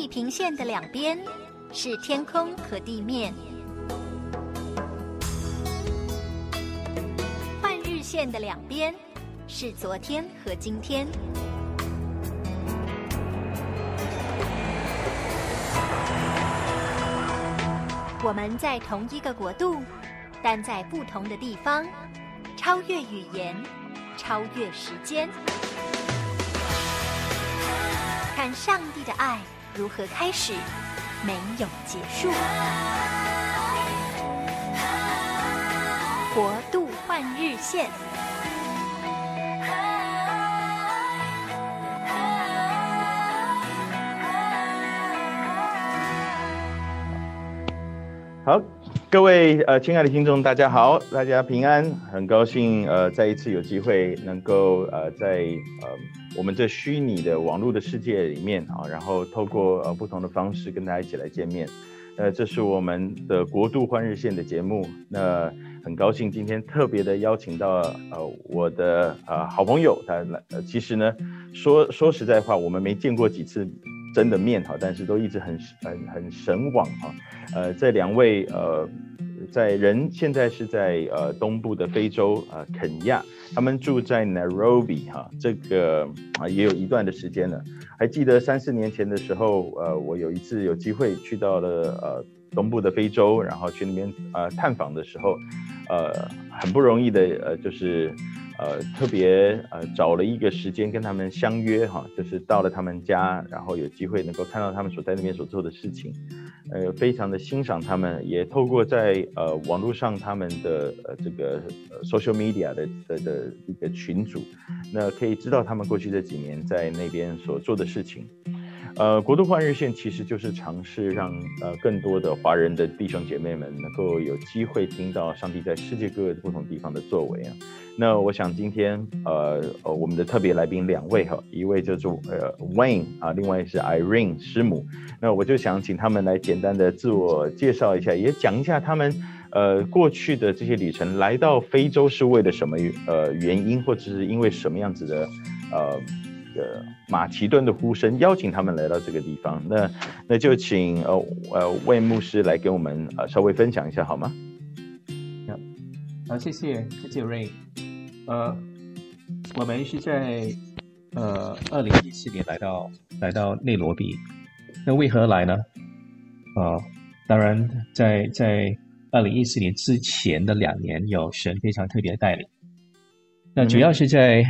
平线的两边是天空和地面，换日线的两边是昨天和今天。我们在同一个国度，但在不同的地方，超越语言，超越时间。看上帝的爱如何开始，没有结束。国度换日线。 好，各位亲爱的听众，大家好，大家平安，很高兴再一次有机会能够在我们这虚拟的网络的世界里面啊，然后透过不同的方式跟大家一起来见面。这是我们的国度换日线的节目。那很高兴今天特别的邀请到我的好朋友，他其实呢说实在话，我们没见过几次真的面哈，但是都一直很神往哈。这两位现在是在东部的非洲肯亚，他们住在 Nairobi 哈，这个也有一段的时间了。还记得3-4年前的时候，我有一次有机会去到了东部的非洲，然后去那边探访的时候，很不容易的就是特别找了一个时间跟他们相约哈，就是到了他们家，然后有机会能够看到他们所在那边所做的事情，非常的欣赏他们，也透过在网络上他们的这个social media 的一个群组，那可以知道他们过去这几年在那边所做的事情。国度换日线其实就是尝试让更多的华人的弟兄姐妹们能够有机会听到上帝在世界各个不同地方的作为啊。那我想今天我们的特别来宾两位哈，一位叫做Wayne 啊，另外是 Irene 师母。那我就想请他们来简单的自我介绍一下，也讲一下他们过去的这些旅程，来到非洲是为了什么原因，或者是因为什么样子的马其顿的呼声邀请他们来到这个地方。那就请Wayne牧师来跟我们稍微分享一下好吗？ 好，谢谢 Ray。我们是在2014年来到内罗毕。那为何来呢？当然在2014年之前的2年有神非常特别的带领。那主要是在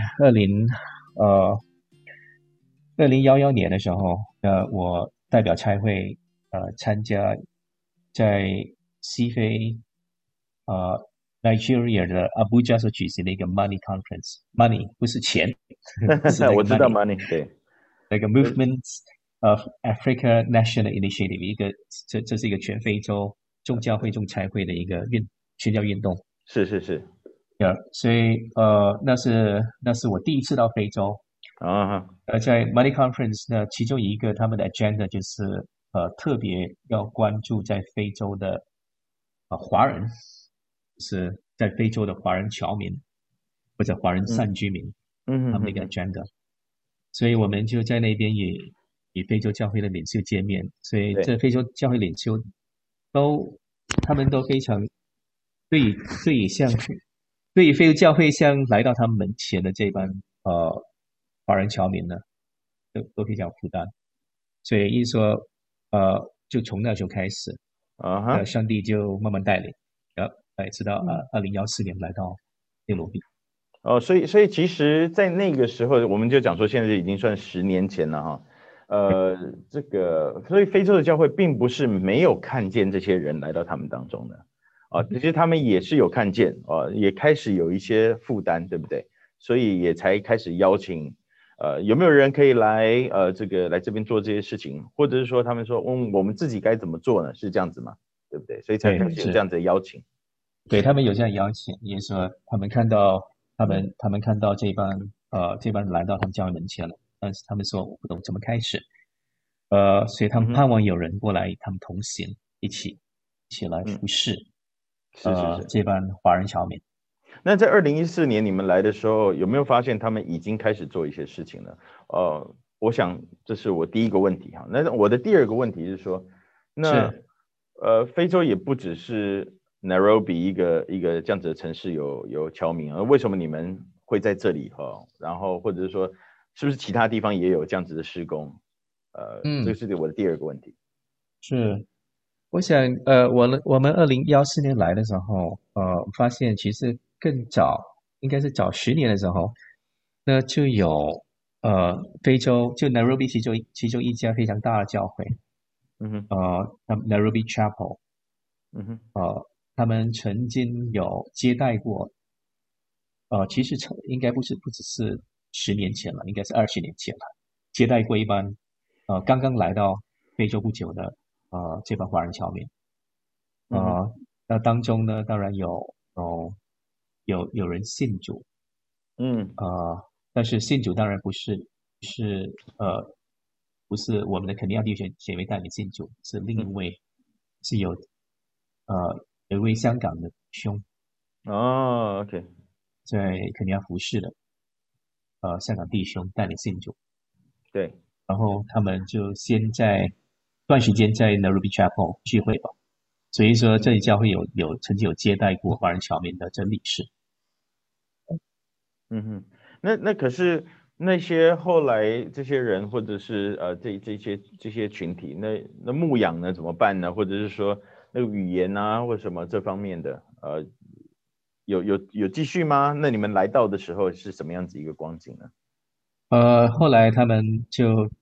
2011年的时候，我代表差会参加在西非Nigeria 的 Abuja 所举行的一个 Money Conference。Money 不是钱我知道 Money 对， 那个 Movement of Africa National Initiative， 这是一个全非洲众教会众差会的一个宣教运动。 是所以那是我第一次到非洲啊。 在 Money Conference 呢，其中一个他们的 agenda 就是特别要关注在非洲的华人，是在非洲的华人侨民或者华人散居民，他们的一个 agenda。所以我们就在那边也与非洲教会的领袖见面，所以这非洲教会领袖他们都非常对于非洲教会像来到他们门前的这班华人侨民呢，都非常有负担。所以一说就从那时候开始上帝就慢慢带领，直到2014年来到内罗毕。 所以其实在那个时候我们就讲说现在已经算10年前了哈。所以非洲的教会并不是没有看见这些人来到他们当中的其实他们也是有看见也开始有一些负担，对不对？所以也才开始邀请有没有人可以来来这边做这些事情，或者是说他们说我们自己该怎么做呢？是这样子吗？对不对？所以才开始有这样子的邀请。 对，他们有这样邀请，也说他们看到这班人来到他们教会门前了，但是他们说我不懂怎么开始，所以他们盼望有人过来，他们同行，一起来服侍这班华人侨民。 那在2014年你们来的时候，有没有发现他们已经开始做一些事情呢？ 我想这是我第一个问题哈。那我的第二个问题是说，那非洲也不只是 Nairobi 一个这样子的城市有侨民，而为什么你们会在这里哈？然后或者是说，是不是其他地方也有这样子的施工？这是我的第二个问题。 是，我想我们2014年来的时候，发现其实更早，应该是早10年的时候，那就有非洲就 Nairobi 其中一家非常大的教会，Nairobi Chapel，他们曾经有接待过，其实应该不只是10年前了，应该是20年前了，接待过一班刚刚来到非洲不久的这帮华人侨民。那当中呢，当然有人信主，但是信主当然不是我们的肯尼亚弟兄姐妹带领信主，是另一位是有一位香港的弟兄 OK， 在肯尼亚服侍的香港弟兄带领信主， 对， 然后他们就先在段时间在 Nairobi Chapel 聚会吧。所以说，这里教会曾经有接待过华人侨民的真理事。 那可是那些后来这些人或者是这些群体，那牧养呢怎么办呢？或者是说那个语言啊或什么这方面的有继续吗？那你们来到的时候是什么样子一个光景呢？ 后来他们就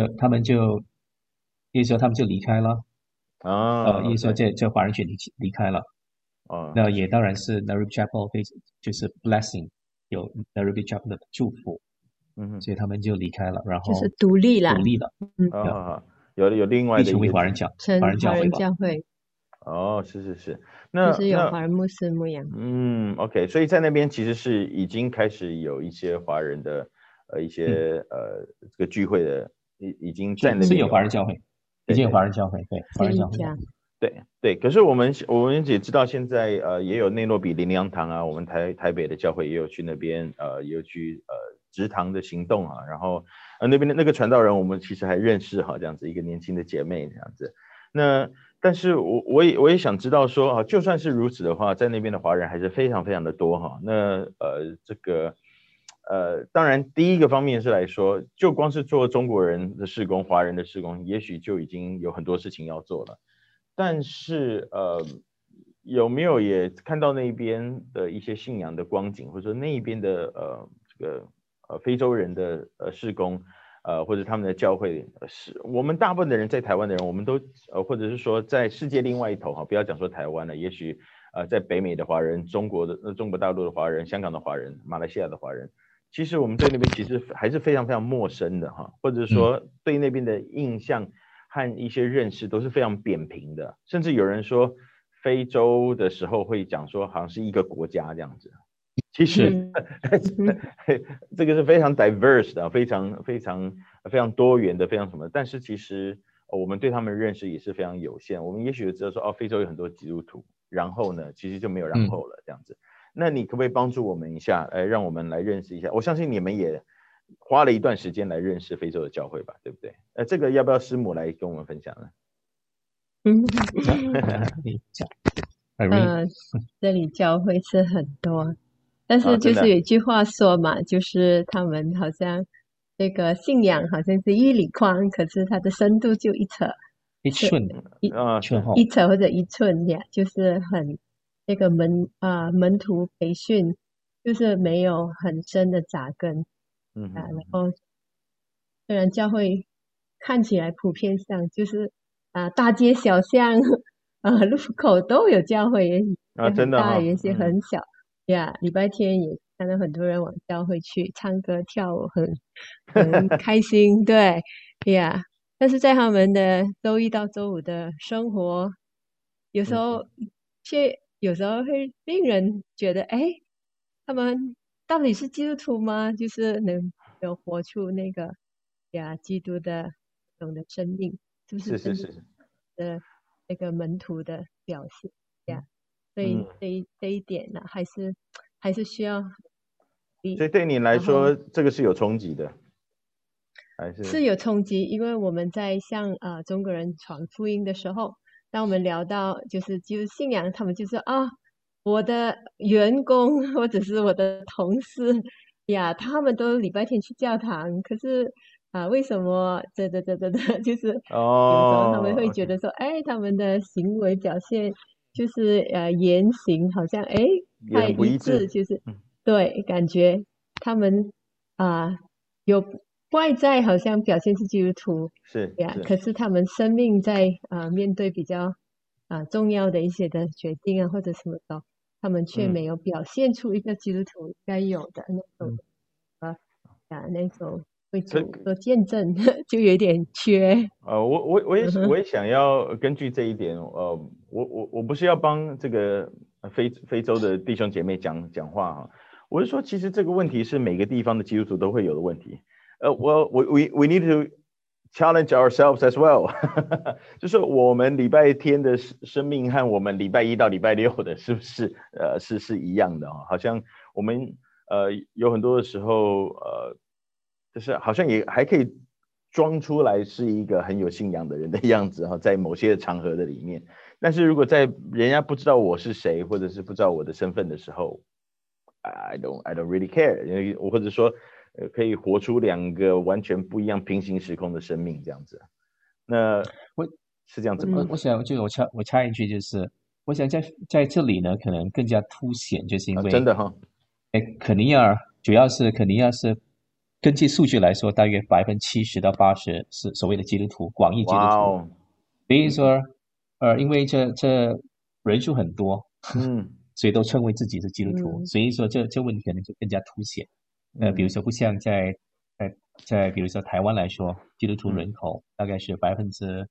意思说他们就离开了。意思说这华人群体离开了。那也当然是 Nairobi Chapel 就是 blessing 有 Nairobi Chapel 的祝福，所以他们就离开了，然后就是独立了。 有另外的成为华人教会。 是。 就是有华人牧师牧养。 OK， 所以在那边其实是已经开始有一些华人的一些这个聚会的，已经在那边是有华人教会，已经有华人教会，对，华人教会。 对，可是我们也知道现在也有内罗比灵粮堂啊，我们台北的教会也有去那边也有去植堂的行动啊，然后那边的那个传道人我们其实还认识哈，这样子一个年轻的姐妹这样子。那但是我也想知道说就算是如此的话，在那边的华人还是非常非常的多哈。那这个当然第一个方面是来说，就光是做中国人的事工、华人的事工，也许就已经有很多事情要做了。但是有没有也看到那边的一些信仰的光景，或者说那边的这个非洲人的事工，或者他们的教会，我们大部分的人在台湾的人，我们都或者是说在世界另外一头哈，不要讲说台湾了，也许在北美的华人、中国大陆的华人、香港的华人、马来西亚的华人，其实我们对那边其实还是非常非常陌生的哈，或者说对那边的印象和一些认识都是非常扁平的，甚至有人说非洲的时候会讲说好像是一个国家这样子，其实这个是非常 diverse 的，非常非常非常多元的，非常什么，但是其实我们对他们认识也是非常有限，我们也许知道说非洲有很多基督徒，然后呢其实就没有然后了这样子。那你可不可以帮助我们一下，让我们来认识一下？我相信你们也花了一段时间来认识非洲的教会吧，对不对？这个要不要师母来跟我们分享呢？ 这里教会是很多，但是就是有一句话说嘛，就是他们好像这个信仰好像是1里宽，可是它的深度就1尺，1尺或者1寸呀，就是很那个门徒培训，就是没有很深的扎根。然后虽然教会看起来普遍上就是大街小巷路口都有教会，也许很大，也许很小呀。礼拜天也看到很多人往教会去唱歌跳舞，很开心，对呀。但是在他们的周一到周五的生活，有时候会令人觉得，他们到底是基督徒吗？就是能有活出那个基督的种的生命，是不是真的那个门徒的表现呀？所以这一点呢，还是需要。 所以对你来说，这个是有冲击的。 是有冲击，因为我们在向中国人传福音的时候，当我们聊到就是信仰，他们就说我的员工或者是我的同事呀，他们都礼拜天去教堂，可是为什么就是有时候他们会觉得说，他们的行为表现就是言行好像太一致，就是对，感觉他们有外在好像表现是基督徒， 是呀，可是他们生命在面对比较重要的一些的决定或者什么的，他们却没有表现出一个基督徒该有的那种那种为主做见证，就有点缺。 我也想要根据这一点，我不是要帮这个非洲的弟兄姐妹讲话我是说，其实这个问题是每个地方的基督徒都会有的问题。we need to challenge ourselves as well 就是我们礼拜天的生命和我们礼拜一到礼拜六的是不是是一样的好像我们有很多的时候就是好像也还可以装出来是一个很有信仰的人的样子在某些场合的里面，但是如果在人家不知道我是谁或者是不知道我的身份的时候I don't really care 或者说可以活出两个完全不一样平行时空的生命这样子。那是这样子吗？ 我想就我插一句，就是我想在这里呢可能更加凸显，就是因为真的肯尼亚主要是肯尼亚是根据数据来说大约70%到80%是所谓的基督徒，广义基督徒。所以说因为这人数很多所以都称为自己是基督徒，所以说这问题可能就更加凸显。比如说不像在比如说台湾来说，基督徒人口大概是5%、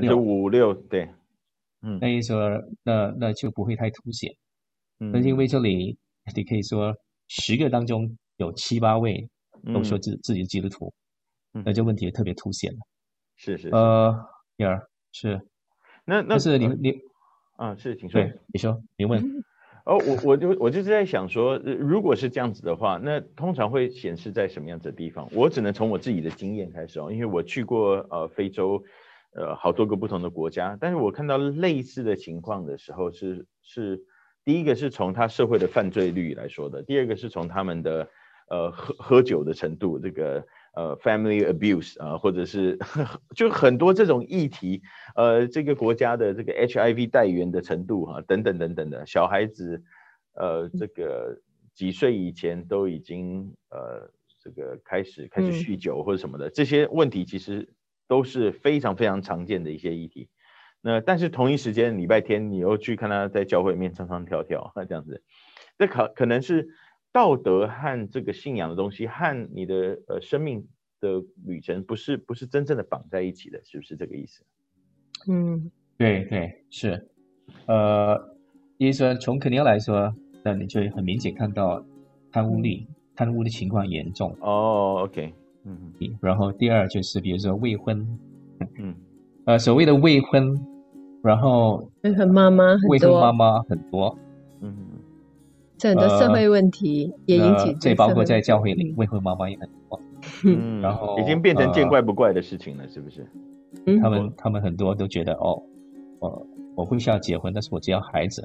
6%，对， 所以说那就不会太凸显。那因为这里你可以说10个当中有7、8位都说自己是基督徒，那这问题也特别凸显了。 是是是。 那是你是，请说。 对，你说，你问。 我就是在想说，如果是这样子的话，那通常会显示在什么样子的地方？我只能从我自己的经验开始因为我去过非洲好多个不同的国家，但是我看到类似的情况的时候是第一个是从他社会的犯罪率来说的，第二个是从他们的喝酒的程度，这个family abuse 或者是就很多这种议题，这个国家的这个 HIV 带源的程度等等等等的，小孩子这个几岁以前都已经这个开始酗酒或者什么的，这些问题其实都是非常非常常见的一些议题。那但是同一时间礼拜天你又去看他在教会里面唱唱跳跳这样子，这可能是道德和这个信仰的东西和你的生命的旅程不是真正的绑在一起的，是不是这个意思？ 对对是。意思说从肯尼亚来说，那你就很明显看到贪污的情况严重。 OK。 然后第二就是比如说未婚，所谓的未婚，然后未婚妈妈很多， 这很多社会问题也引起， 这包括在教会里未婚妈妈也很多，然后已经变成见怪不怪的事情了，是不是？ 他们很多都觉得我不需要结婚，但是我只要孩子，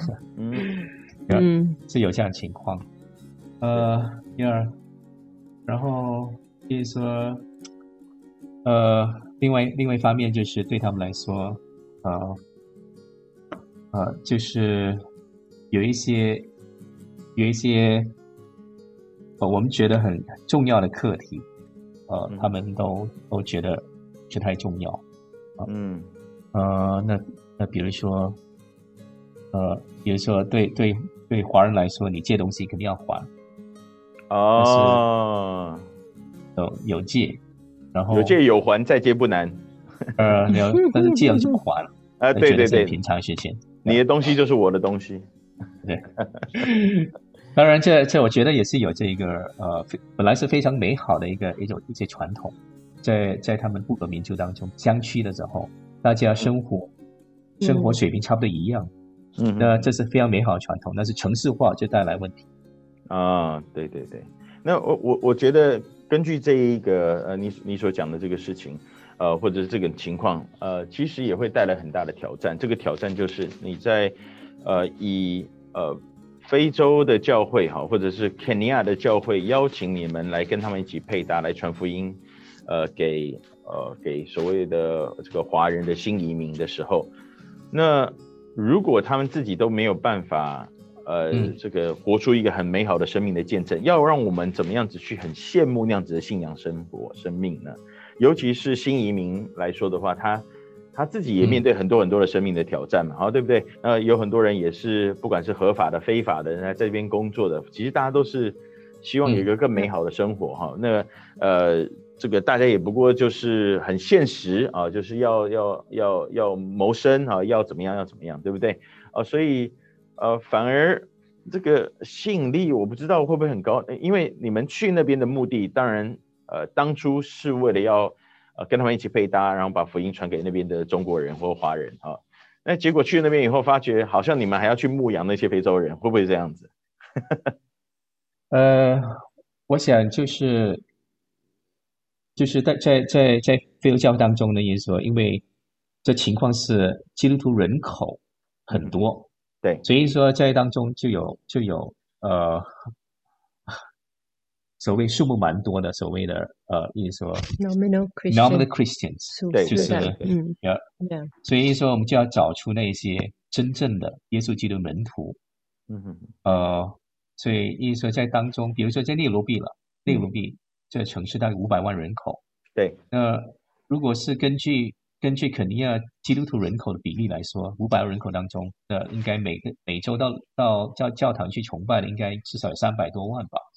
是有这样的情况。然后就是说，另外一方面就是对他们来说，就是有一些我们觉得很重要的课题，他们都觉得不太重要。那比如说对华人来说，你借东西肯定要还。有借，然后有借有还，再借不难。 但是借了就不还了。对，平常事情。 你的东西就是我的东西。 对。当然这我觉得也是有这个本来是非常美好的一些传统，在他们不同民族当中相区的时候，大家生活水平差不多一样。那这是非常美好的传统，但是城市化就带来问题。 对。那我觉得根据这一个你所讲的这个事情，或者是这个情况，其实也会带来很大的挑战。这个挑战就是你在以非洲的教会哈，或者是肯尼亚的教会邀请你们来跟他们一起配搭来传福音，给所谓的这个华人的新移民的时候，那如果他们自己都没有办法这个活出一个很美好的生命的见证，要让我们怎么样子去很羡慕那样子的信仰生命呢？尤其是新移民来说的话，他自己也面对很多很多的生命的挑战嘛，好，对不对？有很多人也是不管是合法的、非法的人在这边工作的，其实大家都是希望有一个更美好的生活哈。那这个大家也不过就是很现实啊，就是要谋生啊，要怎么样，对不对？所以反而这个吸引力我不知道会不会很高，因为你们去那边的目的，当然当初是为了要跟他们一起配搭，然后把福音传给那边的中国人或华人啊。那结果去那边以后，发觉好像你们还要去牧养那些非洲人，会不会这样子？ 我想就是在非洲教会当中呢，也是说，因为这情况是基督徒人口很多， 对， 所以说在当中就有所谓数目蛮多的所谓的也说 nominal Christians， 对， 就是所以说我们就要找出那些真正的耶稣基督门徒，所以意思说在当中，比如说在内罗毕这城市大概500万人口， 对， 那如果是根据肯尼亚基督徒人口的比例来说，500万人口当中应该每周到教堂去崇拜的应该至少有300多万吧。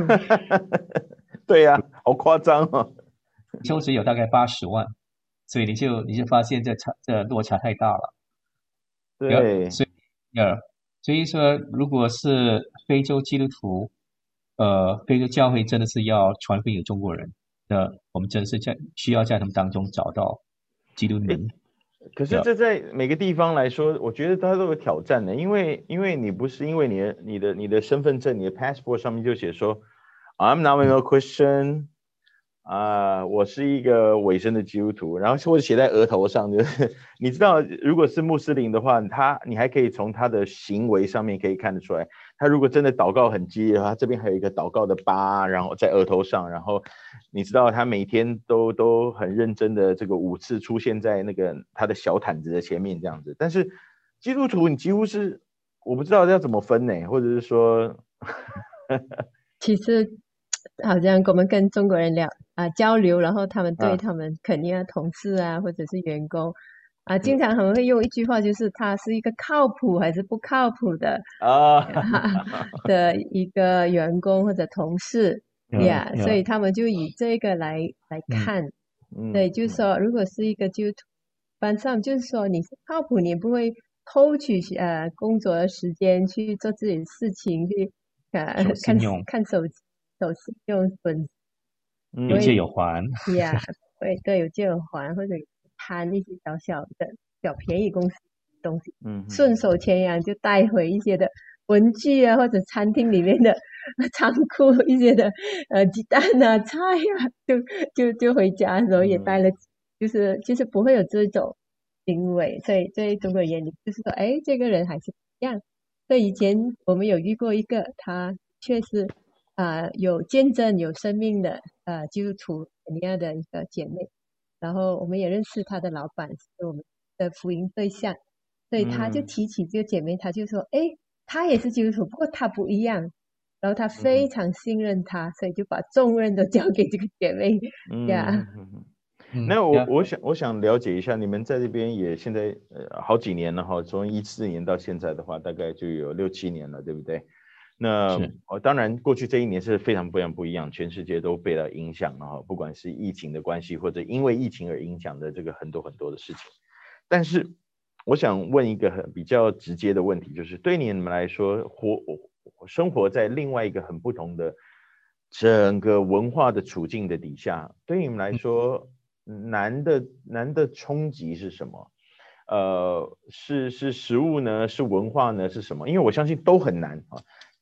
对呀，好夸张哦。 周只有大概80万，所以你就发现这落差太大了。 对， 所以说如果是非洲基督徒，非洲教会真的是要传福音给中国人，那我们真的是需要在他们当中找到基督门。 可是这在每个地方来说，我觉得它都有挑战的，因为你不是因为你的身份证、你的 passport 上面就写说 I'm not a Christian， 我是一个伪生的基督徒，然后或者写在额头上，就是你知道，如果是穆斯林的话，你还可以从他的行为上面可以看得出来，他如果真的祷告很激烈的话，这边还有一个祷告的疤，然后在额头上，然后你知道他每天都很认真的这个5次出现在那个他的小毯子的前面这样子，但是基督徒你几乎是我不知道要怎么分呢，或者是说其实好像我们跟中国人交流，然后他们对他们肯尼亚同事或者是员工经常很会用一句话，就是他是一个靠谱还是不靠谱的的一个员工或者同事所以他们就以这个来看，对，就是说如果是一个基督徒班上，就是说你是靠谱，你不会偷取工作的时间去做自己的事情，去看手机用本有借有还对，有借有还，或者贪一些小便宜公司东西，顺手牵羊就带回一些的文具或者餐厅里面的仓库一些的鸡蛋菜就回家的时候也带了，就是不会有这种行为，所以在中国人眼里就是说，这个人还是不一样。所以以前我们有遇过一个，他确实有见证有生命的基督徒肯尼亚的一个姐妹，然后我们也认识她的老板是我们的福音对象，所以他就提起这个姐妹，他就说她也是基督徒，不过她不一样，然后他非常信任她，所以就把重任都交给这个姐妹那我想了解一下，你们在这边也现在好几年了哈，从14年到现在的话，大概就有6、7年了，对不对？那当然过去这1年是非常不一样，全世界都被它影响了哈，不管是疫情的关系，或者因为疫情而影响的这个很多的事情。但是我想问一个比较直接的问题，就是对你们来说，生活在另外一个很不同的整个文化的处境的底下，对你们来说难的冲击是什么？是食物呢？是文化呢？是什么？因为我相信都很难啊。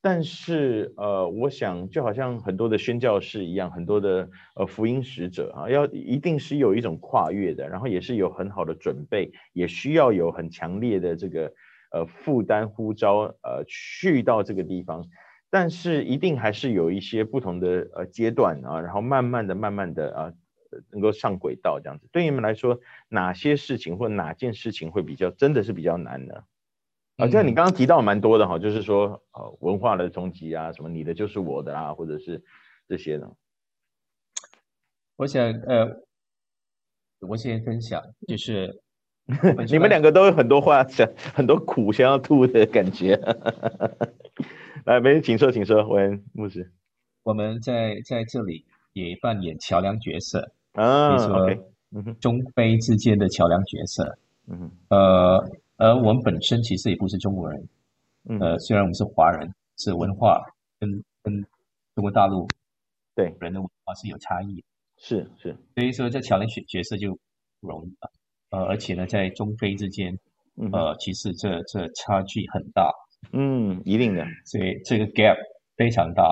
但是我想就好像很多的宣教士一样，很多的福音使者啊，一定是有一种跨越的，然后也是有很好的准备，也需要有很强烈的这个负担呼召去到这个地方，但是一定还是有一些不同的阶段啊，然后慢慢的能够上轨道这样子。对你们来说，哪些事情或哪件事情会真的是比较难呢？像你刚刚提到蛮多的哈，就是说文化的冲击啊，什么你的就是我的啊，或者是这些呢。 我想我先分享，就是你们两个都有很多话想，很多苦想要吐的感觉。来，请说，文牧师。 我们在这里也扮演桥梁角色， 比如说中非之间的桥梁角色。而我们本身其实也不是中国人，虽然我们是华人，是文化跟中国大陆对人的文化是有差异， 是， 所以说这桥梁角色就不容易了。而且呢，在中非之间，其实这差距很大， 一定的， 所以这个 gap 非常大，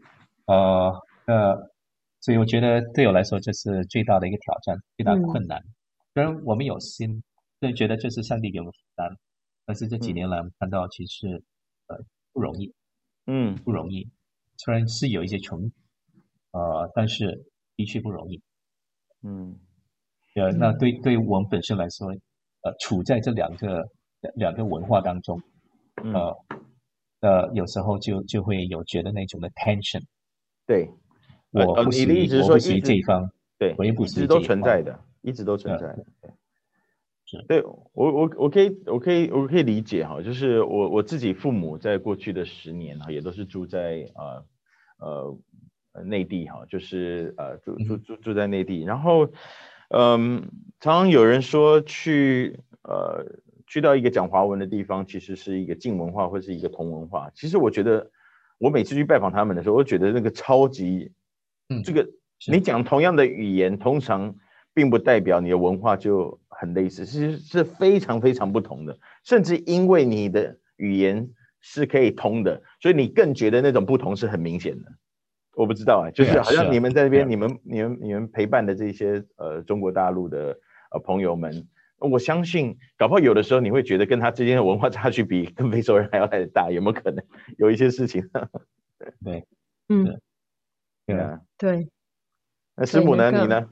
所以我觉得对我来说这是最大的一个挑战，最大的困难。虽然我们有心，就觉得这是上帝给我们负担，但是这几年来我们看到其实不容易，不容易。虽然是有一些冲突，但是的确不容易。那对我们本身来说，处在这两个文化当中，有时候就会有觉得那种的 tension。 对， 你的意思是说，这一方， 对， 我也不属于一直都存在的，一直都存在的。对，我可以理解哈，就是我自己父母在过去的10年哈，也都是住在内地哈，就是住在内地，然后常常有人说去到一个讲华文的地方，其实是一个近文化或是一个同文化。其实我觉得，我每次去拜访他们的时候，我觉得那个超级，这个你讲同样的语言，通常并不代表你的文化就很类似，其实是非常非常不同的。甚至因为你的语言是可以通的，所以你更觉得那种不同是很明显的。我不知道就是好像你们在那边，你们陪伴的这些中国大陆的朋友们，我相信搞不好有的时候你会觉得跟他之间的文化差距比跟非洲人还要来得大，有没有可能？有一些事情。 对， 对。 那师母呢？你呢？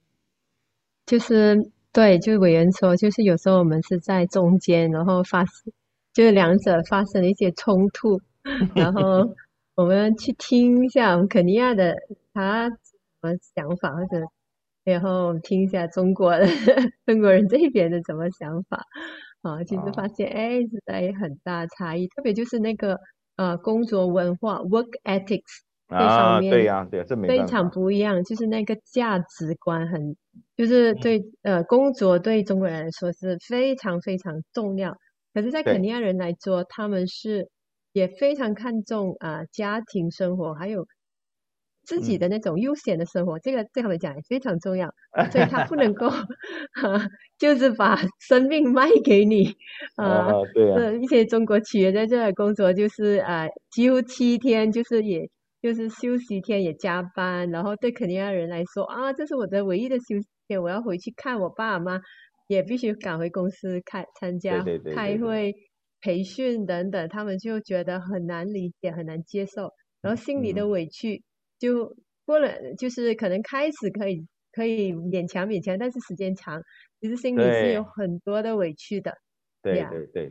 就是对，就委员说，就是有时候我们是在中间，然后就是两者发生了一些冲突，然后我们去听一下我们肯尼亚的他什么想法，或者然后听一下中国人这边的什么想法其实发现实在很大差异，特别就是那个工作文化 work ethics 这方面对呀，这没办法， 非常不一样，就是那个价值观就是对工作对中国人来说是非常非常重要，可是在肯尼亚人来说，他们是也非常看重家庭生活，还有自己的那种悠闲的生活，这个对他们讲也非常重要，所以他不能够就是把生命卖给你对一些中国企业在这里工作就是几乎7天，就是休息天也加班，然后对肯尼亚人来说这是我的唯一的休息天，我要回去看我爸妈，也必须赶回公司参加开会、培训等等，他们就觉得很难理解、很难接受，然后心里的委屈就过了，就是可能开始可以勉强，但是时间长，其实心里是有很多的委屈的。 对，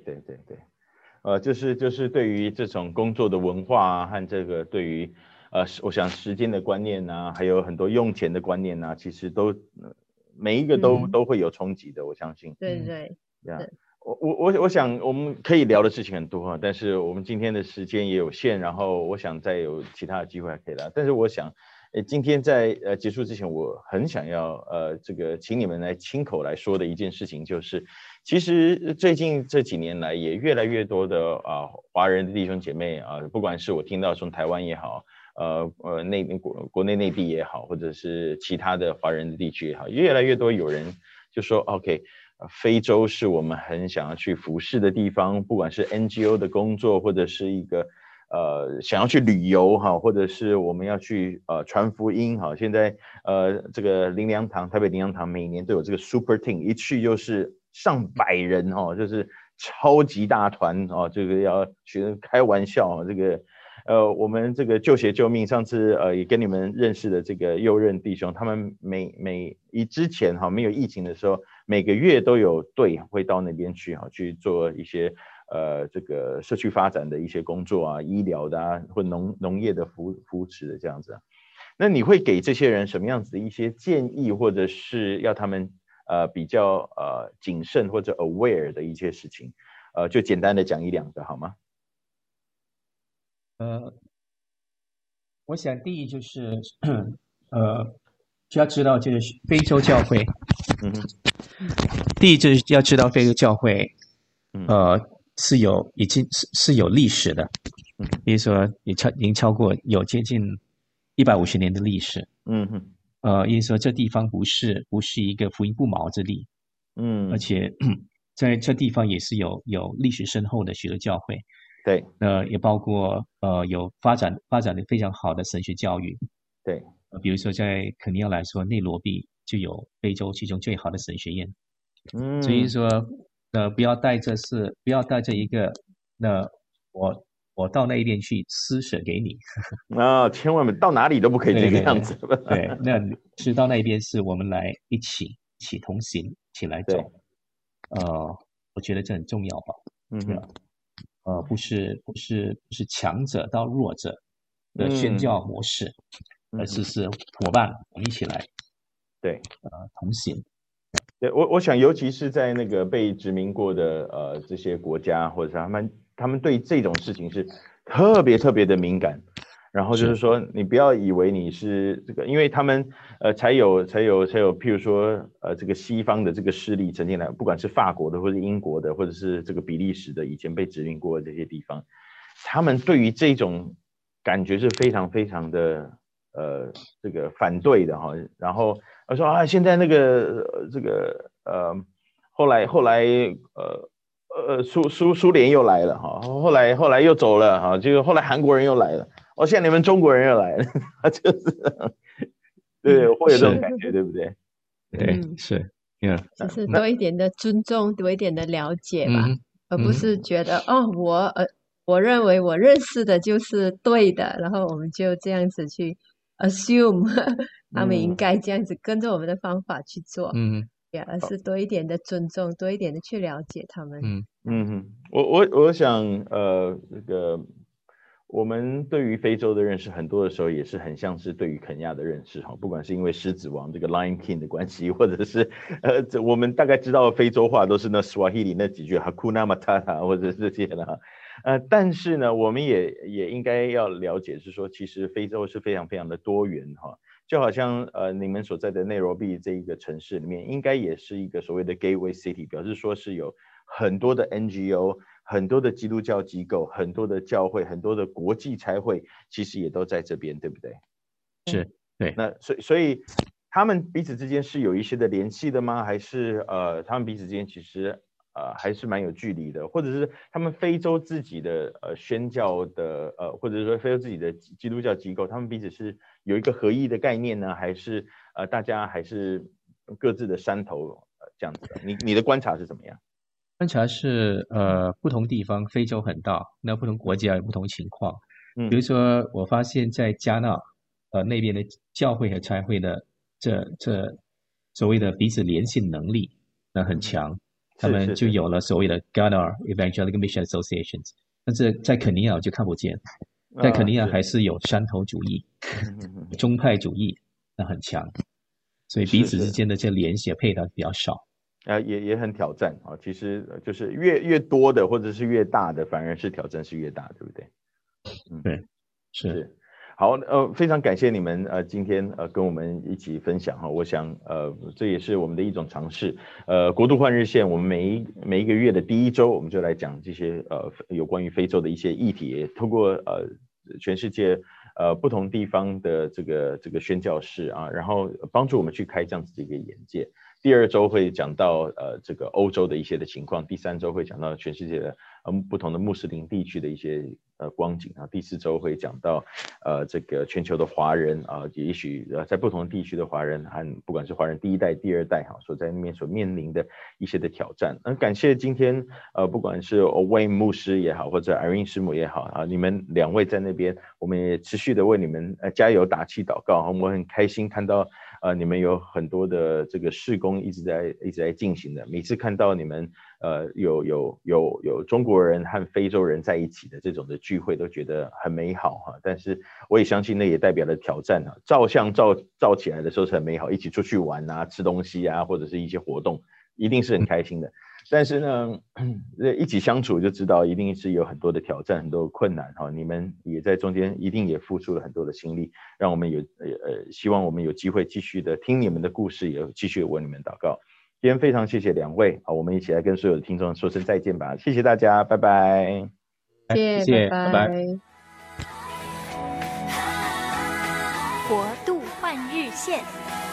就是对于这种工作的文化和这个对于我想时间的观念还有很多用钱的观念其实都每一个都会有冲击的，我相信。 对。 我想我们可以聊的事情很多但是我们今天的时间也有限，然后我想再有其他的机会还可以聊。但是我想今天在结束之前，我很想要这个请你们来亲口来说的一件事情，就是其实最近这几年来也越来越多的华人的弟兄姐妹不管是我听到从台湾也好，国内内地也好，或者是其他的华人的地区也好，越来越多有人就说 OK， 非洲是我们很想要去服侍的地方，不管是 NGO 的工作，或者是一个想要去旅游哈，或者是我们要去传福音哈。现在这个灵粮堂台北灵粮堂每年都有这个 Super Team， 一去就是上百人哦，就是超级大团哦，这个要学开玩笑这个。我们这个救血救命，上次也跟你们认识的这个右任弟兄，他们之前没有疫情的时候，每个月都有队会到那边去去做一些这个社区发展的一些工作啊，医疗的啊，或农业的扶持的这样子。那你会给这些人什么样子的一些建议，或者是要他们比较谨慎或者 aware 的一些事情？就简单的讲一两个好吗？ 我想第一就是就要知道就是非洲教会，第一就是要知道非洲教会，已经是有历史的，比如说已经超过有接近150年的历史，意思说这地方不是一个福音不毛之地，而且在这地方也是有历史深厚的许多教会。 对， 也包括有发展的非常好的神学教育。 对， 比如说在肯尼亚来说，内罗毕就有非洲其中最好的神学院。所以说不要带着一个我到那一边去施舍给你千万到哪里都不可以这个样子。 对，那是到那一边是我们来一起同行，一起来走。我觉得这很重要吧。不是强者到弱者的宣教模式，而是伙伴，我们一起来， 对， 同行。 对，我想，尤其是在那个被殖民过的这些国家，或者是他们对这种事情是特别特别的敏感。然后就是说，你不要以为你是这个，因为他们才有，譬如说这个西方的这个势力曾经来，不管是法国的，或者英国的，或者是这个比利时的，以前被殖民过的这些地方，他们对于这种感觉是非常非常的这个反对的哈。然后他说啊，现在那个这个后来苏联又来了哈，后来又走了哈，就后来韩国人又来了。现在你们中国人又来了，就是对，会有这种感觉，对不对？ 对，是， 就是多一点的尊重，多一点的了解吧，而不是觉得我认为我认识的就是对的，然后我们就这样子去 assume 他们应该这样子跟着我们的方法去做，而是多一点的尊重，多一点的去了解他们。 我想这个。我们对于非洲的认识，很多的时候也是很像是对于肯亚的认识哈，不管是因为狮子王这个 Lion King 的关系，或者是我们大概知道非洲话都是那 Swahili 那几句 Hakuna Matata 或者这些的哈，但是呢，我们也应该要了解，是说其实非洲是非常非常的多元哈，就好像你们所在的内罗毕这一个城市里面，应该也是一个所谓的 Gateway City， 表示说是有很多的 NGO。很多的基督教机构，很多的教会，很多的国际差会，其实也都在这边，对不对？ 是，对。 那所以他们彼此之间是有一些的联系的吗？还是他们彼此之间其实还是蛮有距离的？或者是他们非洲自己的宣教的或者说非洲自己的基督教机构，他们彼此是有一个合一的概念呢？还是大家还是各自的山头这样子的？你的观察是怎么样？ 观察是不同地方，非洲很大，那不同国家有不同情况。比如说，我发现在加纳那边的教会和差会的这所谓的彼此联系能力那很强，他们就有了所谓的 Ghana Evangelical Mission Associations。但是在肯尼亚我就看不见，在肯尼亚还是有山头主义、宗派主义，那很强，所以彼此之间的这联系配套比较少。 也很挑战啊，其实就是越多的或者是越大的，反而是挑战是越大，对不对？ 对，是。 好，非常感谢你们今天跟我们一起分享哈，我想这也是我们的一种尝试。国度换日线，我们每一个月的第一周，我们就来讲这些有关于非洲的一些议题，通过全世界不同地方的这个宣教士啊，然后帮助我们去开这样子的一个眼界。 第2周会讲到这个欧洲的一些的情况，第3周会讲到全世界的不同的穆斯林地区的一些光景啊，第4周会讲到这个全球的华人啊，也许在不同地区的华人和不管是华人第1代、第2代所在那边所面临的一些的挑战。感谢今天不管是 Wayne 牧师也好，或者 Irene 师母也好啊，你们2位在那边，我们也持续的为你们加油打气祷告。我很开心看到你们有很多的这个事工一直在进行的，每次看到你们有中国人和非洲人在一起的这种的聚会，都觉得很美好哈。但是我也相信那也代表了挑战啊，照相照起来的时候是很美好，一起出去玩啊，吃东西啊，或者是一些活动，一定是很开心的。但是呢，一起相处就知道一定是有很多的挑战，很多的困难哈。你们也在中间一定也付出了很多的心力，让我们希望我们有机会继续的听你们的故事，也继续为你们祷告。今天非常谢谢2位，好，我们一起来跟所有的听众说声再见吧。谢谢大家，拜拜。 谢谢，拜拜。 国度换日线。